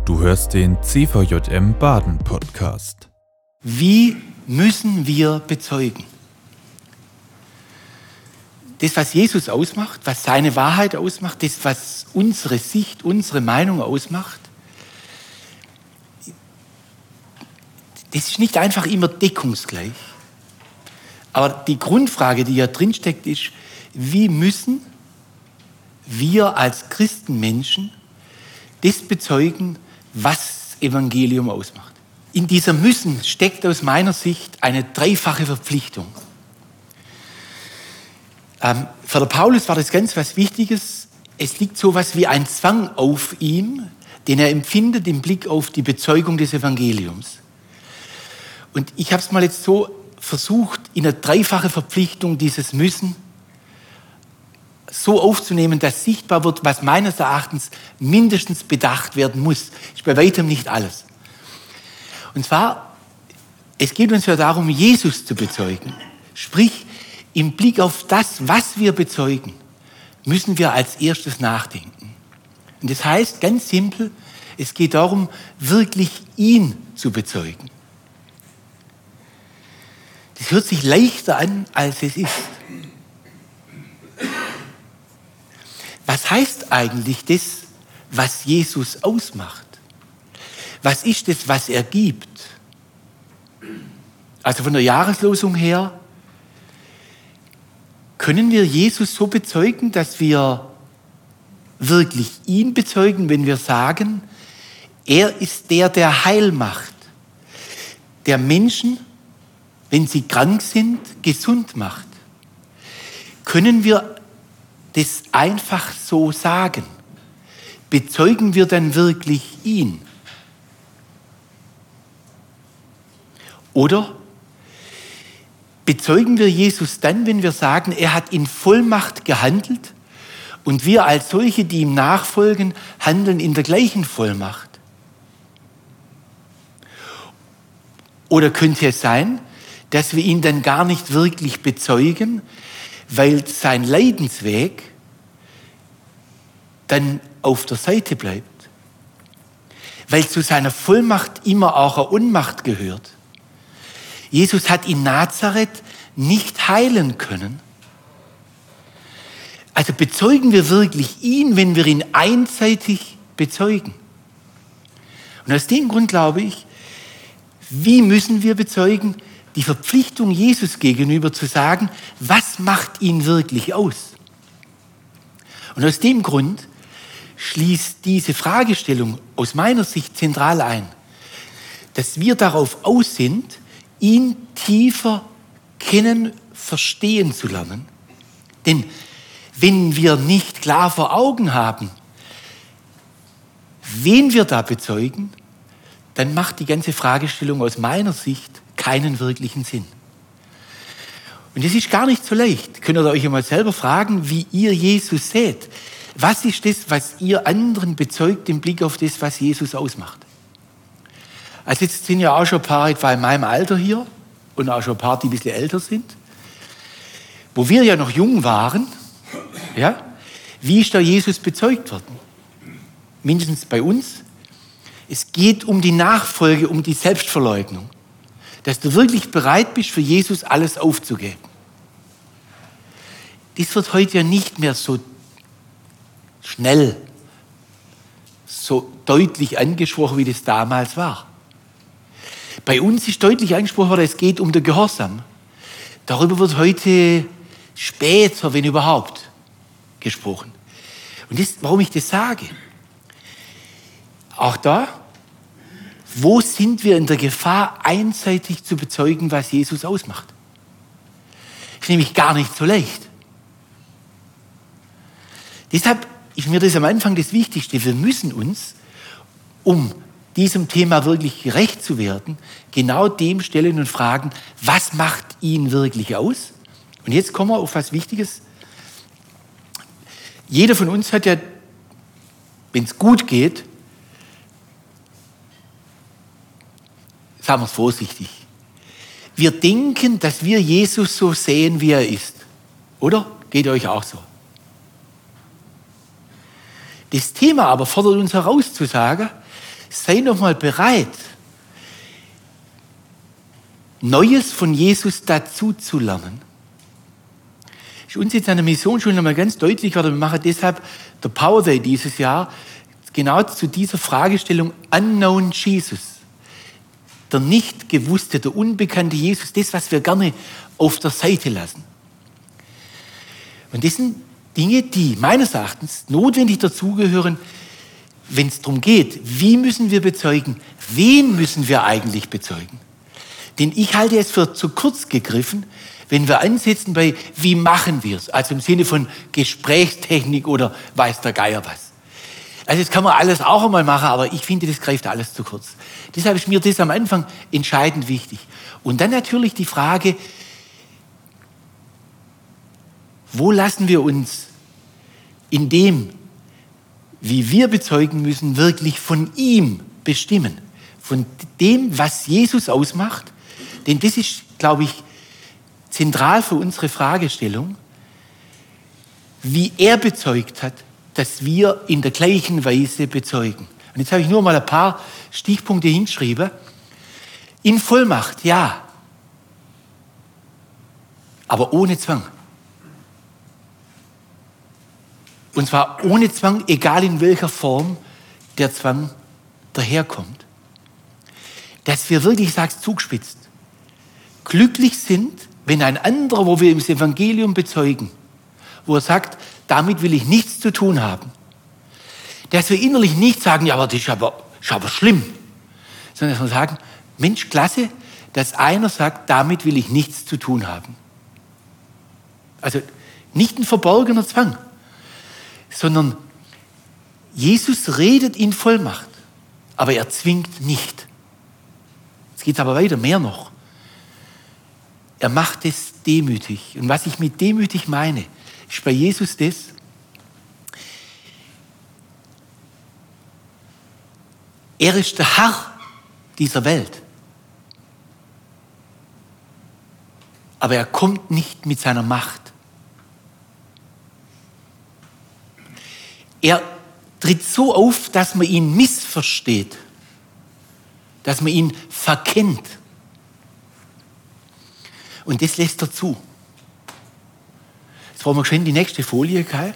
Du hörst den CVJM Baden Podcast. Wie müssen wir bezeugen? Das, was Jesus ausmacht, was seine Wahrheit ausmacht, das, was unsere Sicht, unsere Meinung ausmacht, das ist nicht einfach immer deckungsgleich. Aber die Grundfrage, die ja drinsteckt, ist, wie müssen wir als Christenmenschen das bezeugen, was Evangelium ausmacht. In dieser Müssen steckt aus meiner Sicht eine dreifache Verpflichtung. Für den Paulus war das ganz was Wichtiges. Es liegt so etwas wie ein Zwang auf ihm, den er empfindet im Blick auf die Bezeugung des Evangeliums. Und ich habe es mal jetzt so versucht, in eine dreifache Verpflichtung dieses Müssen so aufzunehmen, dass sichtbar wird, was meines Erachtens mindestens bedacht werden muss. Ist bei weitem nicht alles. Und zwar, es geht uns ja darum, Jesus zu bezeugen. Sprich, im Blick auf das, was wir bezeugen, müssen wir als erstes nachdenken. Und das heißt, ganz simpel, es geht darum, wirklich ihn zu bezeugen. Das hört sich leichter an, als es ist. Was heißt eigentlich das, was Jesus ausmacht? Was ist das, was er gibt? Also von der Jahreslosung her, können wir Jesus so bezeugen, dass wir wirklich ihn bezeugen, wenn wir sagen, er ist der, der Heil macht, der Menschen, wenn sie krank sind, gesund macht? Können wir das einfach so sagen? Bezeugen wir dann wirklich ihn? Oder bezeugen wir Jesus dann, wenn wir sagen, er hat in Vollmacht gehandelt und wir als solche, die ihm nachfolgen, handeln in der gleichen Vollmacht? Oder könnte es sein, dass wir ihn dann gar nicht wirklich bezeugen, weil sein Leidensweg dann auf der Seite bleibt? Weil zu seiner Vollmacht immer auch eine Unmacht gehört. Jesus hat in Nazareth nicht heilen können. Also bezeugen wir wirklich ihn, wenn wir ihn einseitig bezeugen? Und aus dem Grund glaube ich, wie müssen wir bezeugen? Die Verpflichtung Jesus gegenüber zu sagen, was macht ihn wirklich aus? Und aus dem Grund schließt diese Fragestellung aus meiner Sicht zentral ein, dass wir darauf aus sind, ihn tiefer kennen, verstehen zu lernen. Denn wenn wir nicht klar vor Augen haben, wen wir da bezeugen, dann macht die ganze Fragestellung aus meiner Sicht keinen wirklichen Sinn. Und das ist gar nicht so leicht. Könnt ihr euch einmal selber fragen, wie ihr Jesus seht? Was ist das, was ihr anderen bezeugt im Blick auf das, was Jesus ausmacht? Also jetzt sind ja auch schon ein paar etwa in meinem Alter hier und auch schon ein paar, die ein bisschen älter sind. Wo wir ja noch jung waren, ja, wie ist da Jesus bezeugt worden? Mindestens bei uns. Es geht um die Nachfolge, um die Selbstverleugnung. Dass du wirklich bereit bist, für Jesus alles aufzugeben. Das wird heute ja nicht mehr so schnell, so deutlich angesprochen, wie das damals war. Bei uns ist deutlich angesprochen worden, es geht um den Gehorsam. Darüber wird heute später, wenn überhaupt, gesprochen. Und das, warum ich das sage, auch da, wo sind wir in der Gefahr, einseitig zu bezeugen, was Jesus ausmacht? Ist nämlich gar nicht so leicht. Deshalb ist mir das am Anfang das Wichtigste. Wir müssen uns, um diesem Thema wirklich gerecht zu werden, genau dem stellen und fragen, was macht ihn wirklich aus? Und jetzt kommen wir auf was Wichtiges. Jeder von uns hat ja, wenn es gut geht, sagen wir es vorsichtig, wir denken, dass wir Jesus so sehen, wie er ist. Oder? Geht euch auch so? Das Thema aber fordert uns heraus zu sagen, sei noch mal bereit, Neues von Jesus dazu zu lernen. Ist uns jetzt an der Missionsschule nochmal ganz deutlich, oder wir machen deshalb der Power Day dieses Jahr, genau zu dieser Fragestellung Unknown Jesus. Der nicht gewusste, der unbekannte Jesus, das, was wir gerne auf der Seite lassen. Und das sind Dinge, die meines Erachtens notwendig dazugehören, wenn es darum geht, wie müssen wir bezeugen, wen müssen wir eigentlich bezeugen. Denn ich halte es für zu kurz gegriffen, wenn wir ansetzen bei, wie machen wir es, also im Sinne von Gesprächstechnik oder weiß der Geier was. Also das kann man alles auch einmal machen, aber ich finde, das greift alles zu kurz. Deshalb ist mir das am Anfang entscheidend wichtig. Und dann natürlich die Frage, wo lassen wir uns in dem, wie wir bezeugen müssen, wirklich von ihm bestimmen? Von dem, was Jesus ausmacht? Denn das ist, glaube ich, zentral für unsere Fragestellung, wie er bezeugt hat, dass wir in der gleichen Weise bezeugen. Und jetzt habe ich nur mal ein paar Stichpunkte hingeschrieben. In Vollmacht, ja, aber ohne Zwang. Und zwar ohne Zwang, egal in welcher Form der Zwang daherkommt. Dass wir wirklich, ich sage es zugespitzt, glücklich sind, wenn ein anderer, wo wir im Evangelium bezeugen, wo er sagt, damit will ich nichts zu tun haben, dass wir innerlich nicht sagen, ja, aber das ist aber schlimm, sondern dass wir sagen, Mensch, klasse, dass einer sagt, damit will ich nichts zu tun haben. Also nicht ein verborgener Zwang, sondern Jesus redet in Vollmacht, aber er zwingt nicht. Jetzt geht es aber weiter, mehr noch. Er macht es demütig. Und was ich mit demütig meine, ist bei Jesus das, er ist der Herr dieser Welt. Aber er kommt nicht mit seiner Macht. Er tritt so auf, dass man ihn missversteht, dass man ihn verkennt. Und das lässt er zu. Jetzt wollen wir schön die nächste Folie, Kai.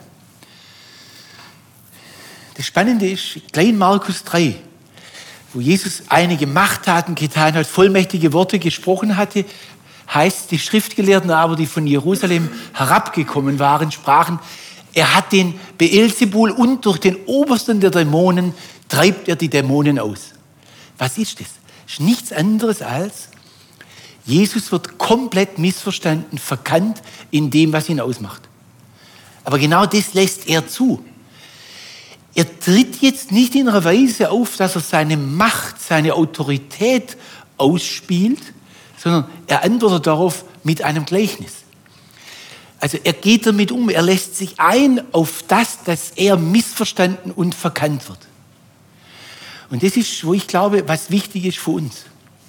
Das Spannende ist, gleich in Markus 3, wo Jesus einige Machttaten getan hat, vollmächtige Worte gesprochen hatte, heißt, die Schriftgelehrten aber, die von Jerusalem herabgekommen waren, sprachen, er hat den Beelzebul und durch den Obersten der Dämonen treibt er die Dämonen aus. Was ist das? Das ist nichts anderes als, Jesus wird komplett missverstanden, verkannt in dem, was ihn ausmacht. Aber genau das lässt er zu. Er tritt jetzt nicht in einer Weise auf, dass er seine Macht, seine Autorität ausspielt, sondern er antwortet darauf mit einem Gleichnis. Also er geht damit um, er lässt sich ein auf das, dass er missverstanden und verkannt wird. Und das ist, wo ich glaube, was wichtig ist für uns.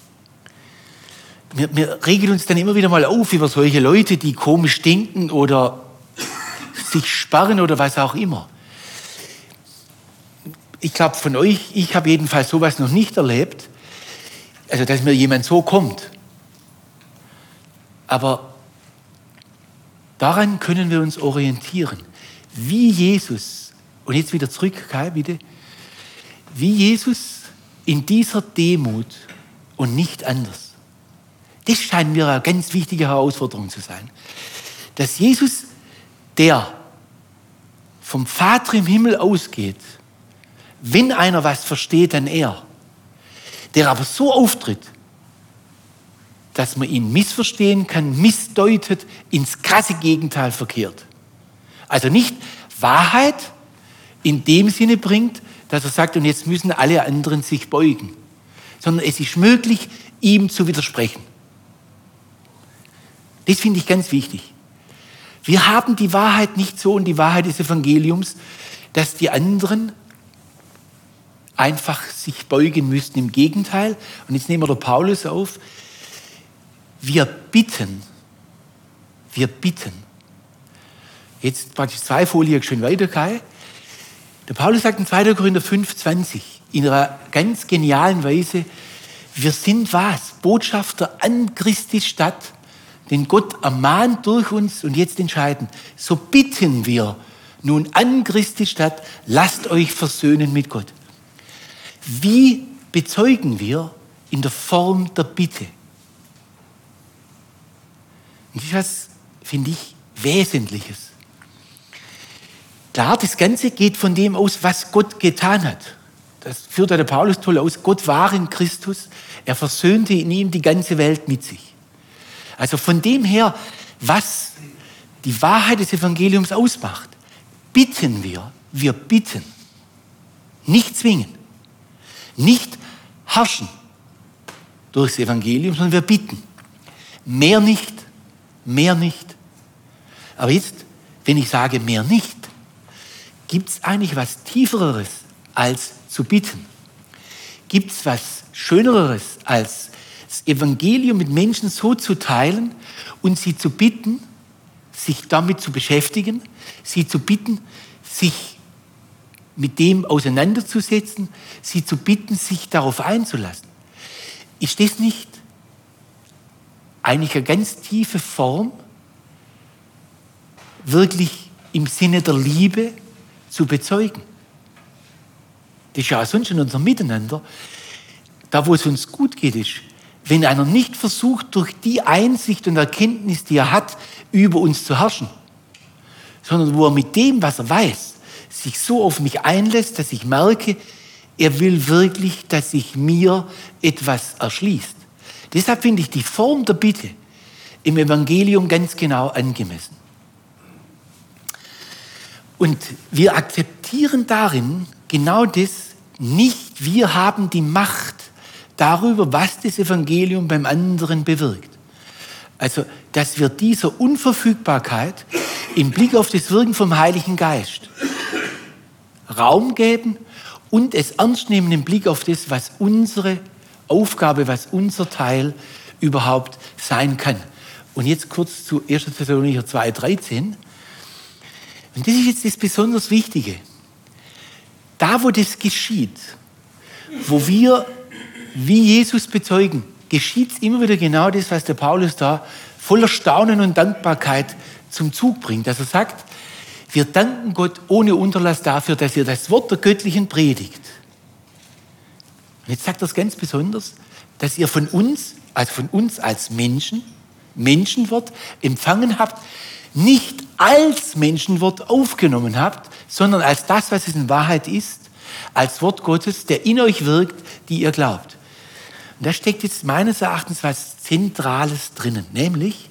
Wir regen uns dann immer wieder mal auf über solche Leute, die komisch denken oder sich sperren oder was auch immer. Ich glaube von euch, ich habe jedenfalls sowas noch nicht erlebt, also dass mir jemand so kommt. Aber daran können wir uns orientieren, wie Jesus, und jetzt wieder zurück, Kai, bitte, wie Jesus in dieser Demut und nicht anders. Das scheint mir eine ganz wichtige Herausforderung zu sein. Dass Jesus, der vom Vater im Himmel ausgeht, wenn einer was versteht, dann er, der aber so auftritt, dass man ihn missverstehen kann, missdeutet, ins krasse Gegenteil verkehrt. Also nicht Wahrheit in dem Sinne bringt, dass er sagt, und jetzt müssen alle anderen sich beugen, sondern es ist möglich, ihm zu widersprechen. Das finde ich ganz wichtig. Wir haben die Wahrheit nicht so und die Wahrheit des Evangeliums, dass die anderen einfach sich beugen müssten. Im Gegenteil, und jetzt nehmen wir den Paulus auf, wir bitten. Jetzt praktisch 2 Folien schön weiter, Kai. Der Paulus sagt in 2. Korinther 5,20, in einer ganz genialen Weise, wir sind was? Botschafter an Christi Stadt, den Gott ermahnt durch uns und jetzt entscheidend. So bitten wir nun an Christi Stadt, lasst euch versöhnen mit Gott. Wie bezeugen wir? In der Form der Bitte. Und das ist was, finde ich, Wesentliches. Klar, das Ganze geht von dem aus, was Gott getan hat. Das führt der Paulus toll aus. Gott war in Christus. Er versöhnte in ihm die ganze Welt mit sich. Also von dem her, was die Wahrheit des Evangeliums ausmacht, bitten wir bitten. Nicht zwingen. Nicht herrschen durchs Evangelium, sondern wir bitten. Mehr nicht, mehr nicht. Aber jetzt, wenn ich sage mehr nicht, gibt es eigentlich was Tieferes als zu bitten? Gibt es was Schöneres als das Evangelium mit Menschen so zu teilen und sie zu bitten, sich damit zu beschäftigen, sie zu bitten, sich mit dem auseinanderzusetzen, sie zu bitten, sich darauf einzulassen? Ist das nicht eigentlich eine ganz tiefe Form, wirklich im Sinne der Liebe zu bezeugen? Das ist ja auch sonst in unserem Miteinander. Da, wo es uns gut geht, ist, wenn einer nicht versucht, durch die Einsicht und Erkenntnis, die er hat, über uns zu herrschen, sondern wo er mit dem, was er weiß, sich so auf mich einlässt, dass ich merke, er will wirklich, dass sich mir etwas erschließt. Deshalb finde ich die Form der Bitte im Evangelium ganz genau angemessen. Und wir akzeptieren darin genau das, nicht wir haben die Macht darüber, was das Evangelium beim anderen bewirkt. Also, dass wir dieser Unverfügbarkeit im Blick auf das Wirken vom Heiligen Geist Raum geben und es ernst nehmen im Blick auf das, was unsere Aufgabe, was unser Teil überhaupt sein kann. Und jetzt kurz zu 1. Thessalonicher 2,13. Und das ist jetzt das besonders Wichtige. Da, wo das geschieht, wo wir wie Jesus bezeugen, geschieht es immer wieder genau das, was der Paulus da voller Staunen und Dankbarkeit zum Zug bringt. Dass er sagt, wir danken Gott ohne Unterlass dafür, dass ihr das Wort der Göttlichen predigt. Und jetzt sagt er es ganz besonders, dass ihr von uns als Menschen, Menschenwort empfangen habt, nicht als Menschenwort aufgenommen habt, sondern als das, was es in Wahrheit ist, als Wort Gottes, der in euch wirkt, die ihr glaubt. Und da steckt jetzt meines Erachtens was Zentrales drinnen, nämlich,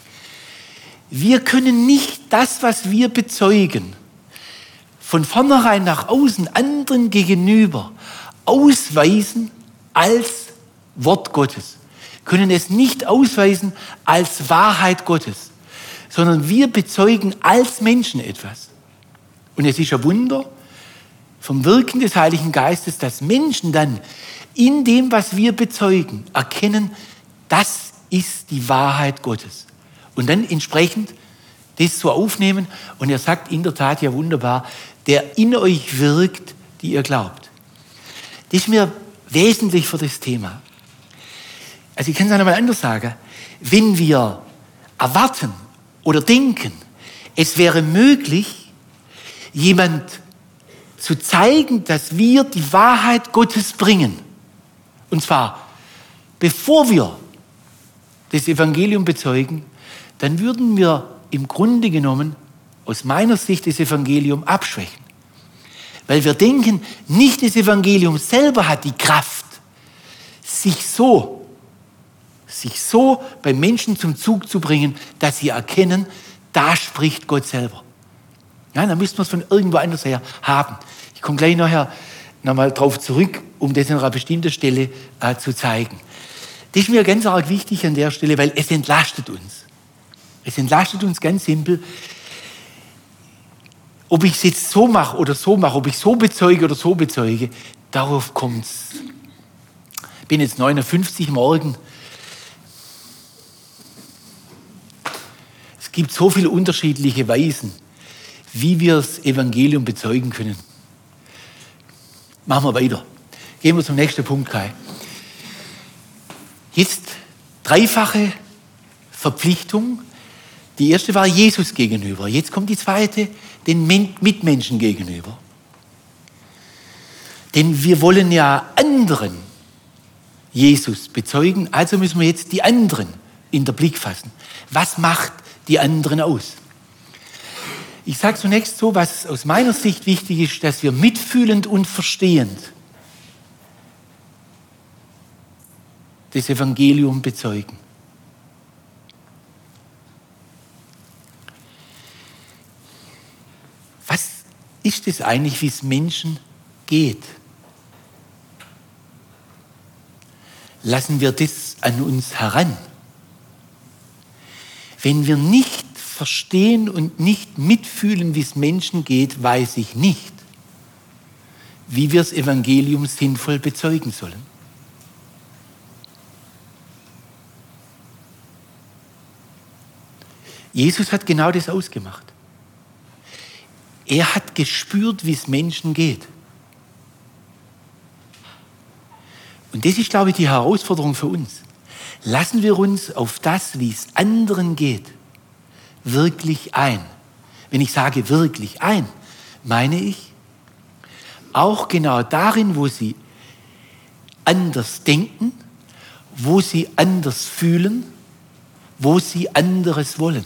wir können nicht das, was wir bezeugen, von vornherein nach außen anderen gegenüber ausweisen als Wort Gottes. Können es nicht ausweisen als Wahrheit Gottes, sondern wir bezeugen als Menschen etwas. Und es ist ein Wunder vom Wirken des Heiligen Geistes, dass Menschen dann in dem, was wir bezeugen, erkennen, das ist die Wahrheit Gottes. Und dann entsprechend das so aufnehmen. Und er sagt in der Tat ja wunderbar, der in euch wirkt, die ihr glaubt. Das ist mir wesentlich für das Thema. Also ich kann es einmal anders sagen. Wenn wir erwarten oder denken, es wäre möglich, jemand zu zeigen, dass wir die Wahrheit Gottes bringen. Und zwar, bevor wir das Evangelium bezeugen, dann würden wir im Grunde genommen aus meiner Sicht das Evangelium abschwächen. Weil wir denken, nicht das Evangelium selber hat die Kraft, sich so bei Menschen zum Zug zu bringen, dass sie erkennen, da spricht Gott selber. Nein, da müssen wir es von irgendwo anders her haben. Ich komme gleich nachher nochmal drauf zurück, um das an einer bestimmten Stelle zu zeigen. Das ist mir ganz arg wichtig an der Stelle, weil es entlastet uns. Es entlastet uns ganz simpel. Ob ich es jetzt so mache oder so mache, ob ich so bezeuge oder so bezeuge, darauf kommt es. Ich bin jetzt 59 morgen. Es gibt so viele unterschiedliche Weisen, wie wir das Evangelium bezeugen können. Machen wir weiter. Gehen wir zum nächsten Punkt, Kai. Jetzt dreifache Verpflichtung. Die erste war Jesus gegenüber. Jetzt kommt die zweite, den Mitmenschen gegenüber. Denn wir wollen ja anderen Jesus bezeugen, also müssen wir jetzt die anderen in den Blick fassen. Was macht die anderen aus? Ich sage zunächst so, was aus meiner Sicht wichtig ist, dass wir mitfühlend und verstehend das Evangelium bezeugen. Was ist es eigentlich, wie es Menschen geht? Lassen wir das an uns heran? Wenn wir nicht verstehen und nicht mitfühlen, wie es Menschen geht, weiß ich nicht, wie wir das Evangelium sinnvoll bezeugen sollen. Jesus hat genau das ausgemacht. Er hat gespürt, wie es Menschen geht. Und das ist, glaube ich, die Herausforderung für uns. Lassen wir uns auf das, wie es anderen geht, wirklich ein. Wenn ich sage wirklich ein, meine ich auch genau darin, wo sie anders denken, wo sie anders fühlen, wo sie anderes wollen.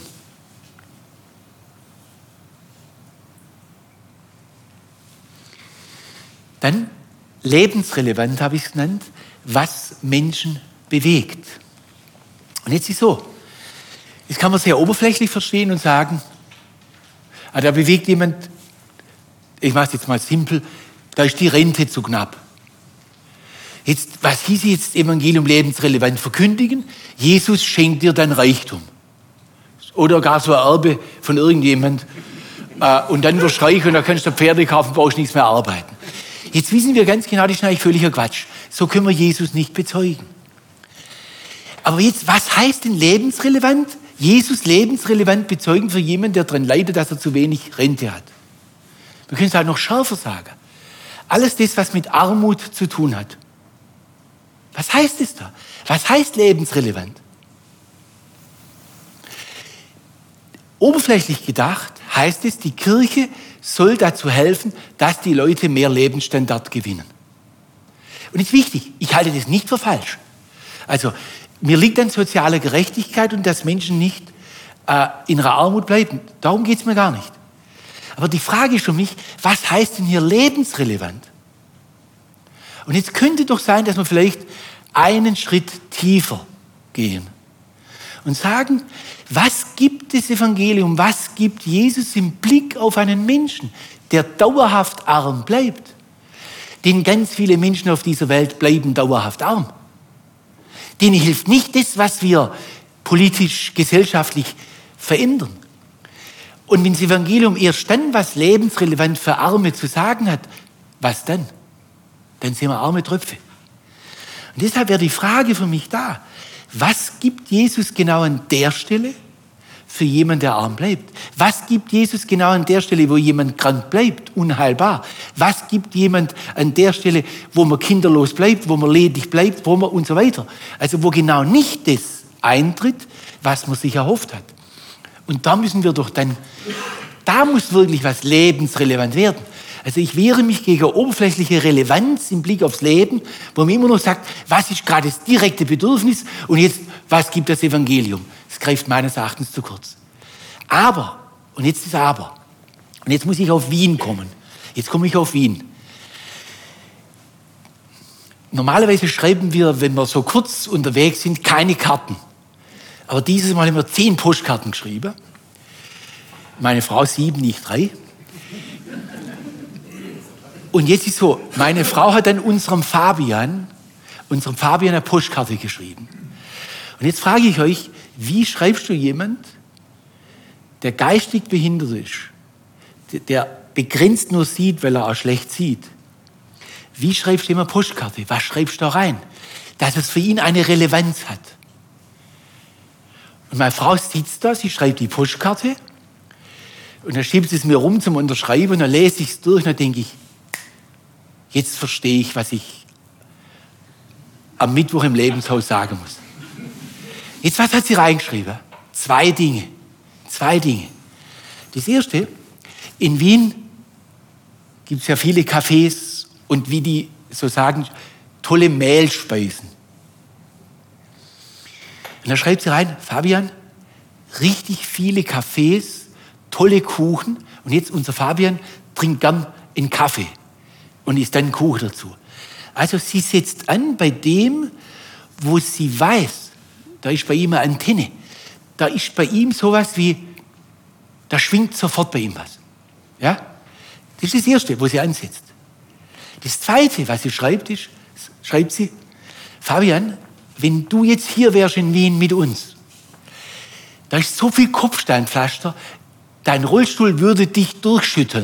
Dann lebensrelevant habe ich es genannt, was Menschen bewegt. Und jetzt ist es so, das kann man sehr oberflächlich verstehen und sagen, da bewegt jemand, ich mache es jetzt mal simpel, da ist die Rente zu knapp. Jetzt, was hieß jetzt Evangelium lebensrelevant verkündigen? Jesus schenkt dir dein Reichtum. Oder gar so ein Erbe von irgendjemand. Und dann wirst du reich und dann kannst du Pferde kaufen, brauchst nichts mehr arbeiten. Jetzt wissen wir ganz genau, das ist eigentlich völliger Quatsch. So können wir Jesus nicht bezeugen. Aber jetzt, was heißt denn lebensrelevant? Jesus lebensrelevant bezeugen für jemanden, der daran leidet, dass er zu wenig Rente hat. Wir können es halt noch schärfer sagen. Alles das, was mit Armut zu tun hat. Was heißt es da? Was heißt lebensrelevant? Oberflächlich gedacht heißt es, die Kirche soll dazu helfen, dass die Leute mehr Lebensstandard gewinnen. Und jetzt wichtig, ich halte das nicht für falsch. Also mir liegt an sozialer Gerechtigkeit und dass Menschen nicht in ihrer Armut bleiben. Darum geht es mir gar nicht. Aber die Frage ist für mich, was heißt denn hier lebensrelevant? Und jetzt könnte doch sein, dass wir vielleicht einen Schritt tiefer gehen und sagen, was gibt das Evangelium, was gibt Jesus im Blick auf einen Menschen, der dauerhaft arm bleibt? Denn ganz viele Menschen auf dieser Welt bleiben dauerhaft arm. Denen hilft nicht das, was wir politisch, gesellschaftlich verändern. Und wenn das Evangelium erst dann was lebensrelevant für Arme zu sagen hat, was dann? Dann sind wir arme Tröpfe. Und deshalb wäre die Frage für mich da, was gibt Jesus genau an der Stelle für jemanden, der arm bleibt? Was gibt Jesus genau an der Stelle, wo jemand krank bleibt, unheilbar? Was gibt jemand an der Stelle, wo man kinderlos bleibt, wo man ledig bleibt, wo man und so weiter? Also wo genau nicht das eintritt, was man sich erhofft hat. Und da müssen wir doch dann, da muss wirklich was lebensrelevant werden. Also ich wehre mich gegen oberflächliche Relevanz im Blick aufs Leben, wo man immer noch sagt, was ist gerade das direkte Bedürfnis und jetzt, was gibt das Evangelium? Das greift meines Erachtens zu kurz. Aber, und jetzt ist aber, und jetzt muss ich auf Wien kommen. Jetzt komme ich auf Wien. Normalerweise schreiben wir, wenn wir so kurz unterwegs sind, keine Karten. Aber dieses Mal haben wir 10 Postkarten geschrieben. Meine Frau 7, ich 3. Und jetzt ist so, meine Frau hat dann unserem Fabian eine Postkarte geschrieben. Und jetzt frage ich euch, wie schreibst du jemand, der geistig behindert ist, der begrenzt nur sieht, weil er auch schlecht sieht? Wie schreibst du ihm eine Postkarte? Was schreibst du da rein? Dass es für ihn eine Relevanz hat. Und meine Frau sitzt da, sie schreibt die Postkarte und dann schiebt sie es mir rum zum Unterschreiben und dann lese ich es durch und dann denke ich, jetzt verstehe ich, was ich am Mittwoch im Lebenshaus sagen muss. Jetzt, was hat sie reingeschrieben? 2 Dinge. Das erste, in Wien gibt es ja viele Cafés und wie die so sagen, tolle Mehlspeisen. Und da schreibt sie rein, Fabian, richtig viele Cafés, tolle Kuchen. Und jetzt unser Fabian trinkt gern einen Kaffee und isst dann einen Kuchen dazu. Also sie setzt an bei dem, wo sie weiß, da ist bei ihm eine Antenne. Da ist bei ihm sowas wie, da schwingt sofort bei ihm was. Ja? Das ist das Erste, wo sie ansetzt. Das Zweite, was sie schreibt, ist, schreibt sie, Fabian, wenn du jetzt hier wärst in Wien mit uns, da ist so viel Kopfsteinpflaster, dein Rollstuhl würde dich durchschütteln.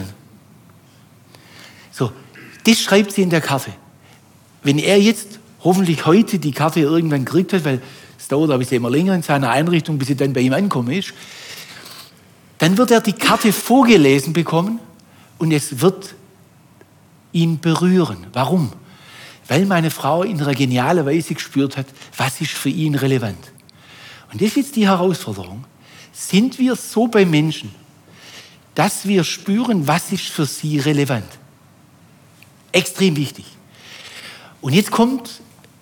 So, das schreibt sie in der Karte. Wenn er jetzt hoffentlich heute die Karte irgendwann gekriegt hat, weil es dauert ein bisschen immer länger in seiner Einrichtung, bis sie dann bei ihm angekommen ist, dann wird er die Karte vorgelesen bekommen und es wird ihn berühren. Warum? Weil meine Frau in einer genialen Weise gespürt hat, was ist für ihn relevant. Und das ist jetzt die Herausforderung. Sind wir so bei Menschen, dass wir spüren, was ist für sie relevant? Extrem wichtig. Und jetzt kommt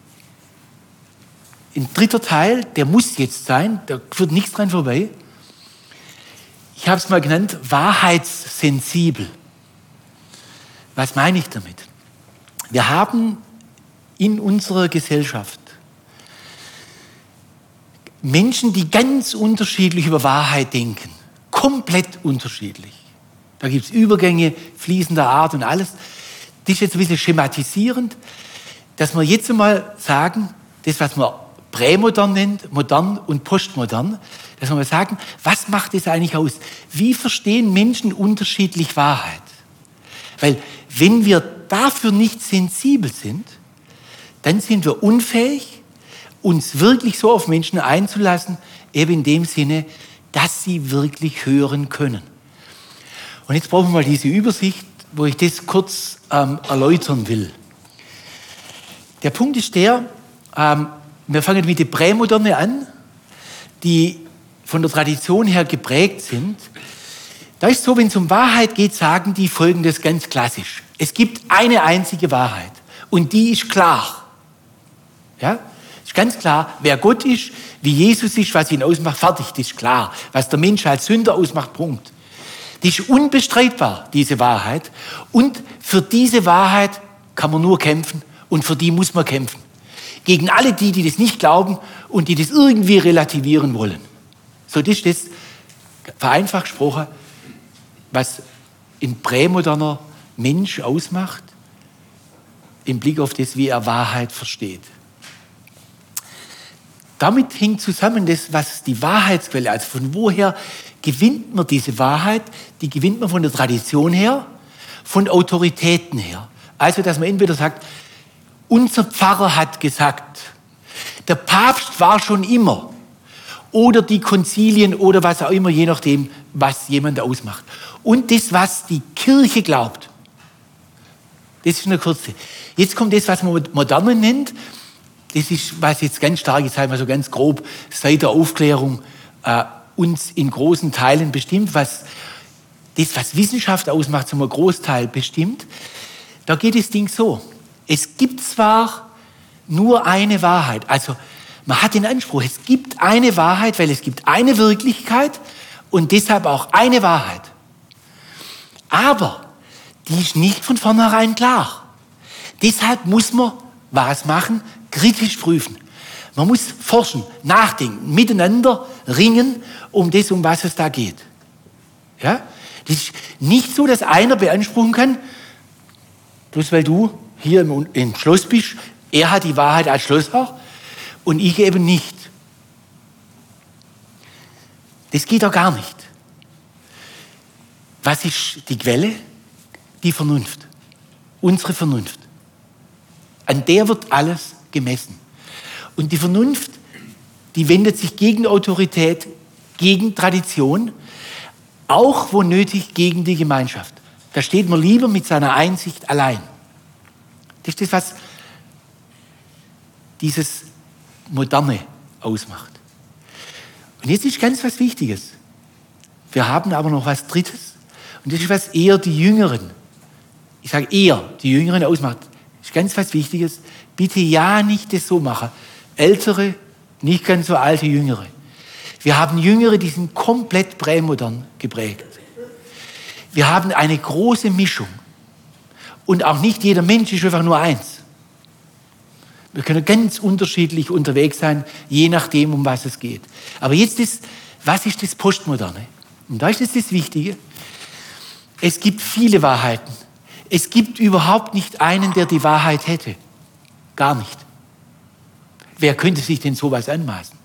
ein 3. Teil, der muss jetzt sein, da führt nichts dran vorbei. Ich habe es mal genannt, wahrheitssensibel. Was meine ich damit? Wir haben in unserer Gesellschaft Menschen, die ganz unterschiedlich über Wahrheit denken. Komplett unterschiedlich. Da gibt es Übergänge fließender Art und alles. Das ist jetzt ein bisschen schematisierend, dass wir jetzt einmal sagen, das, was man prämodern nennt, modern und postmodern, dass wir mal sagen, was macht das eigentlich aus? Wie verstehen Menschen unterschiedlich Wahrheit? Weil wenn wir dafür nicht sensibel sind, dann sind wir unfähig, uns wirklich so auf Menschen einzulassen, eben in dem Sinne, dass sie wirklich hören können. Und jetzt brauchen wir mal diese Übersicht, wo ich das kurz erläutern will. Der Punkt ist der, wir fangen mit der Prämoderne an, die von der Tradition her geprägt sind. Da ist so, wenn es um Wahrheit geht, sagen die Folgendes ganz klassisch. Es gibt eine einzige Wahrheit und die ist klar. Ja? Ist ganz klar, wer Gott ist, wie Jesus ist, was ihn ausmacht, fertig, das ist klar. Was der Mensch als Sünder ausmacht, Punkt. Das ist unbestreitbar, diese Wahrheit. Und für diese Wahrheit kann man nur kämpfen und für die muss man kämpfen. Gegen alle die, die das nicht glauben und die das irgendwie relativieren wollen. So, das ist das, vereinfacht gesprochen, was ein prämoderner Mensch ausmacht, im Blick auf das, wie er Wahrheit versteht. Damit hängt zusammen das, was die Wahrheitsquelle, also von woher gewinnt man diese Wahrheit? Die gewinnt man von der Tradition her, von Autoritäten her. Also, dass man entweder sagt, unser Pfarrer hat gesagt, der Papst war schon immer, oder die Konzilien oder was auch immer, je nachdem, was jemand ausmacht. Und das, was die Kirche glaubt. Das ist eine kurze. Jetzt kommt das, was man Moderne nennt. Das ist, was jetzt ganz stark ist, mal so ganz grob, seit der Aufklärung uns in großen Teilen bestimmt, was Wissenschaft ausmacht, zum Großteil bestimmt. Da geht das Ding so. Es gibt zwar nur eine Wahrheit, also man hat den Anspruch, es gibt eine Wahrheit, weil es gibt eine Wirklichkeit und deshalb auch eine Wahrheit. Aber die ist nicht von vornherein klar. Deshalb muss man was machen? Kritisch prüfen. Man muss forschen, nachdenken, miteinander ringen um das, um was es da geht. Ja? Das ist nicht so, dass einer beanspruchen kann, bloß weil du hier im Schloss bist, er hat die Wahrheit als Schlossherr und ich eben nicht. Das geht doch gar nicht. Was ist die Quelle? Die Vernunft. Unsere Vernunft. An der wird alles gemessen. Und die Vernunft, die wendet sich gegen Autorität, gegen Tradition, auch wo nötig gegen die Gemeinschaft. Da steht man lieber mit seiner Einsicht allein. Das ist das, was dieses Moderne ausmacht. Und jetzt ist ganz was Wichtiges. Wir haben aber noch was Drittes. Und das ist, was eher die Jüngeren, ich sage eher die Jüngeren ausmacht. Das ist ganz was Wichtiges. Bitte ja nicht das so machen. Ältere, nicht ganz so alte Jüngere. Wir haben Jüngere, die sind komplett prämodern geprägt. Wir haben eine große Mischung. Und auch nicht jeder Mensch ist einfach nur eins. Wir können ganz unterschiedlich unterwegs sein, je nachdem, um was es geht. Aber jetzt was ist das Postmoderne? Und da ist jetzt das Wichtige. Es gibt viele Wahrheiten. Es gibt überhaupt nicht einen, der die Wahrheit hätte. Gar nicht. Wer könnte sich denn sowas anmaßen?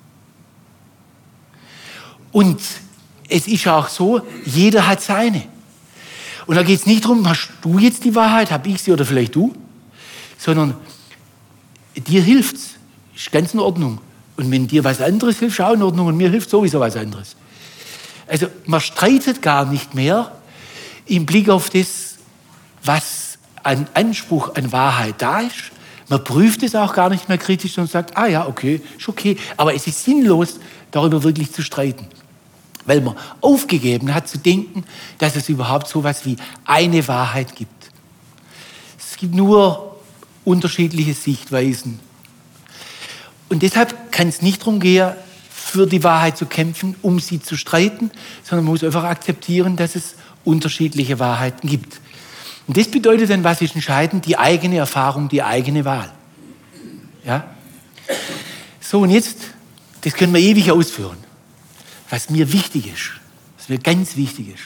Und es ist auch so, jeder hat seine. Und da geht es nicht darum, hast du jetzt die Wahrheit, habe ich sie oder vielleicht du, sondern dir hilft's, ist ganz in Ordnung. Und wenn dir was anderes hilft, ist auch in Ordnung und mir hilft sowieso was anderes. Also man streitet gar nicht mehr im Blick auf das, was an Anspruch an Wahrheit da ist. Man prüft es auch gar nicht mehr kritisch und sagt, ah ja, okay, ist okay. Aber es ist sinnlos, darüber wirklich zu streiten. Weil man aufgegeben hat zu denken, dass es überhaupt so etwas wie eine Wahrheit gibt. Es gibt nur unterschiedliche Sichtweisen. Und deshalb kann es nicht darum gehen, für die Wahrheit zu kämpfen, um sie zu streiten, sondern man muss einfach akzeptieren, dass es unterschiedliche Wahrheiten gibt. Und das bedeutet dann, was ist entscheidend? Die eigene Erfahrung, die eigene Wahl. Ja? So, und jetzt, das können wir ewig ausführen. Was mir wichtig ist, was mir ganz wichtig ist.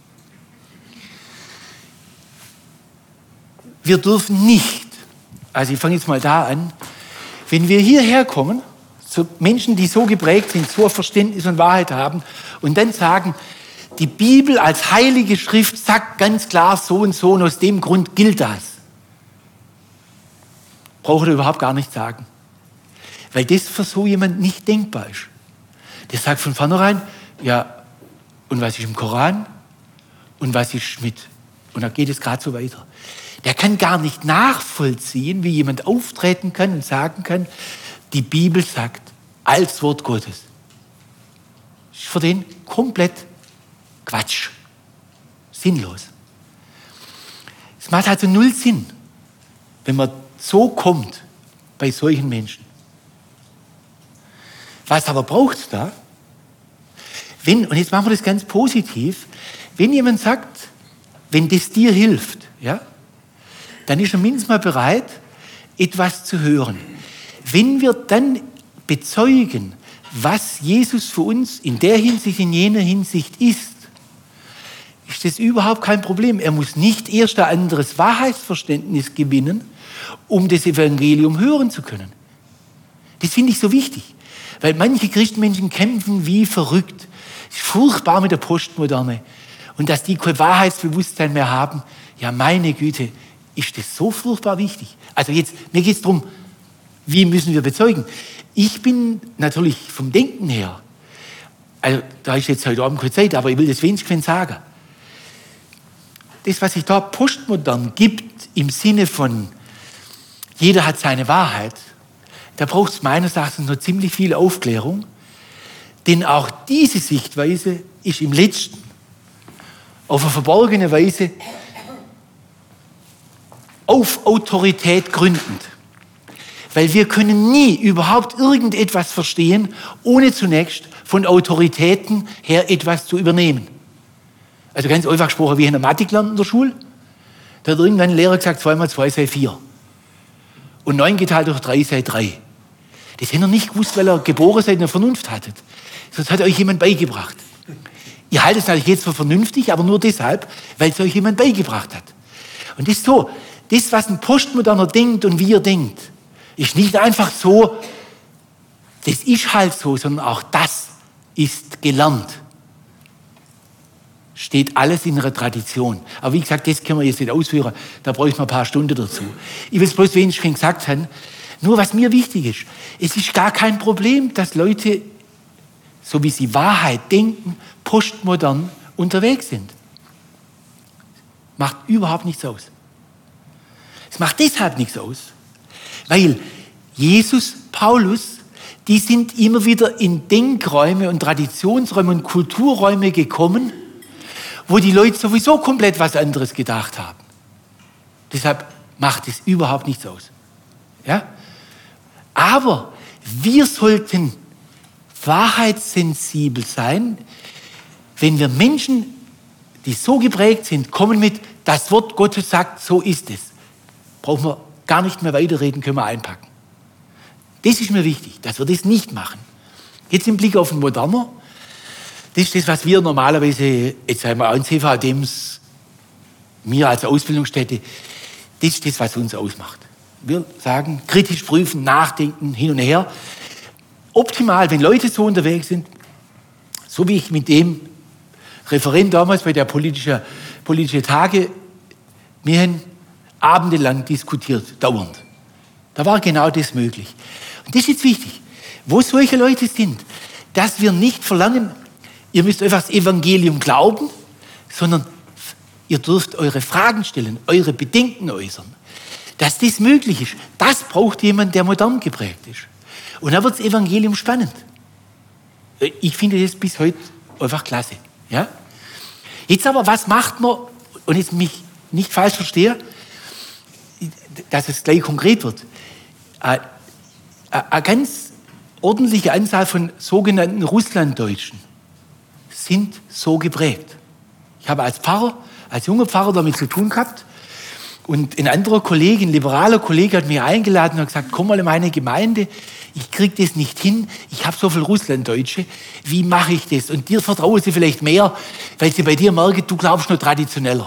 Wir dürfen nicht, also ich fange jetzt mal da an, wenn wir hierher kommen, so Menschen, die so geprägt sind, so ein Verständnis und Wahrheit haben und dann sagen, die Bibel als heilige Schrift sagt ganz klar so und so und aus dem Grund gilt das. Braucht er überhaupt gar nicht sagen. Weil das für so jemand nicht denkbar ist. Der sagt von vornherein, ja, und was ist im Koran? Und was ist mit? Und dann geht es gerade so weiter. Der kann gar nicht nachvollziehen, wie jemand auftreten kann und sagen kann, die Bibel sagt als Wort Gottes. Das ist für den komplett Quatsch. Sinnlos. Es macht also null Sinn, wenn man so kommt bei solchen Menschen. Was aber braucht es da? Und jetzt machen wir das ganz positiv, wenn jemand sagt, wenn das dir hilft, ja, dann ist er mindestens mal bereit, etwas zu hören. Wenn wir dann bezeugen, was Jesus für uns in der Hinsicht, in jener Hinsicht ist das überhaupt kein Problem. Er muss nicht erst ein anderes Wahrheitsverständnis gewinnen, um das Evangelium hören zu können. Das finde ich so wichtig. Weil manche Christenmenschen kämpfen wie verrückt. Es ist furchtbar mit der Postmoderne. Und dass die kein Wahrheitsbewusstsein mehr haben, ja meine Güte, ist das so furchtbar wichtig. Also jetzt, mir geht es darum, wie müssen wir bezeugen? Ich bin natürlich vom Denken her, also da ist jetzt heute Abend keine Zeit, aber ich will das wenigstens sagen. Das, was sich da postmodern gibt, im Sinne von jeder hat seine Wahrheit, da braucht es meines Erachtens noch ziemlich viel Aufklärung, denn auch diese Sichtweise ist im Letzten auf eine verborgene Weise auf Autorität gründend. Weil wir können nie überhaupt irgendetwas verstehen, ohne zunächst von Autoritäten her etwas zu übernehmen. Also ganz einfach gesprochen, wie in der Mathematik lernt in der Schule. Da hat irgendwann ein Lehrer gesagt, 2 mal 2 sei 4. Und 9 geteilt durch 3 sei 3. Das hätte er nicht gewusst, weil er geboren seid und eine Vernunft hattet. Das hat euch jemand beigebracht. Ihr haltet es natürlich jetzt für vernünftig, aber nur deshalb, weil es euch jemand beigebracht hat. Und das ist so, das, was ein Postmoderner denkt und wie er denkt, ist nicht einfach so, das ist halt so, sondern auch das ist gelernt. Steht alles in einer Tradition. Aber wie gesagt, das können wir jetzt nicht ausführen, da bräuchten wir ein paar Stunden dazu. Ich will es bloß wenigstens gesagt haben, nur was mir wichtig ist, es ist gar kein Problem, dass Leute, so wie sie Wahrheit denken, postmodern unterwegs sind. Macht überhaupt nichts aus. Es macht deshalb nichts aus, weil Jesus, Paulus, die sind immer wieder in Denkräume und Traditionsräume und Kulturräume gekommen, wo die Leute sowieso komplett was anderes gedacht haben. Deshalb macht es überhaupt nichts aus. Ja? Aber wir sollten wahrheitssensibel sein, wenn wir Menschen, die so geprägt sind, kommen mit, das Wort Gottes sagt, so ist es. Brauchen wir gar nicht mehr weiterreden, können wir einpacken. Das ist mir wichtig, dass wir das nicht machen. Jetzt im Blick auf den Moderner, das ist das, was wir normalerweise, jetzt sagen wir an CV Dems, mir als Ausbildungsstätte, das ist das, was uns ausmacht. Wir sagen, kritisch prüfen, nachdenken, hin und her. Optimal, wenn Leute so unterwegs sind, so wie ich mit dem Referent damals bei der politische Tage, wir haben abendelang diskutiert, dauernd. Da war genau das möglich. Und das ist jetzt wichtig, wo solche Leute sind, dass wir nicht verlangen, ihr müsst einfach das Evangelium glauben, sondern ihr dürft eure Fragen stellen, eure Bedenken äußern. Dass das möglich ist, das braucht jemand, der modern geprägt ist. Und dann wird das Evangelium spannend. Ich finde das bis heute einfach klasse. Ja? Jetzt aber, was macht man, und jetzt mich nicht falsch verstehe, dass es gleich konkret wird. Eine ganz ordentliche Anzahl von sogenannten Russlanddeutschen sind so geprägt. Ich habe als Pfarrer, als junger Pfarrer damit zu tun gehabt und ein anderer Kollege, ein liberaler Kollege hat mich eingeladen und hat gesagt, komm mal in meine Gemeinde, ich kriege das nicht hin, ich habe so viele Russlanddeutsche, wie mache ich das? Und dir vertrauen sie vielleicht mehr, weil sie bei dir merken, du glaubst nur traditioneller.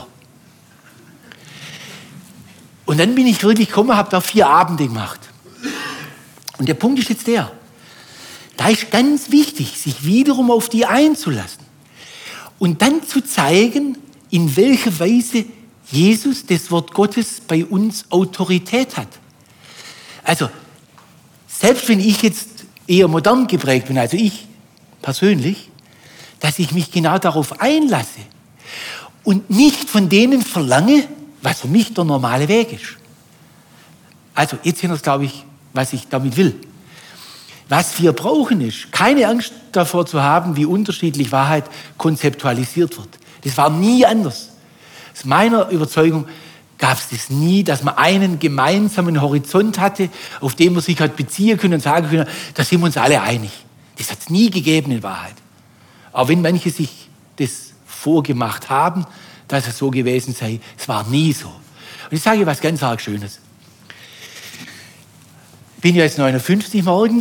Und dann bin ich wirklich gekommen, habe da 4 Abende gemacht. Und der Punkt ist jetzt der, da ist ganz wichtig, sich wiederum auf die einzulassen und dann zu zeigen, in welcher Weise Jesus, das Wort Gottes, bei uns Autorität hat. Also, selbst wenn ich jetzt eher modern geprägt bin, also ich persönlich, dass ich mich genau darauf einlasse und nicht von denen verlange, was für mich der normale Weg ist. Also, jetzt sehen wir es, glaube ich, was ich damit will. Was wir brauchen ist, keine Angst davor zu haben, wie unterschiedlich Wahrheit konzeptualisiert wird. Das war nie anders. Aus meiner Überzeugung gab es das nie, dass man einen gemeinsamen Horizont hatte, auf den man sich hat beziehen können und sagen können, da sind wir uns alle einig. Das hat es nie gegeben in Wahrheit. Auch wenn manche sich das vorgemacht haben, dass es so gewesen sei, es war nie so. Und ich sage was ganz arg Schönes. Ich bin ja jetzt 59 morgen.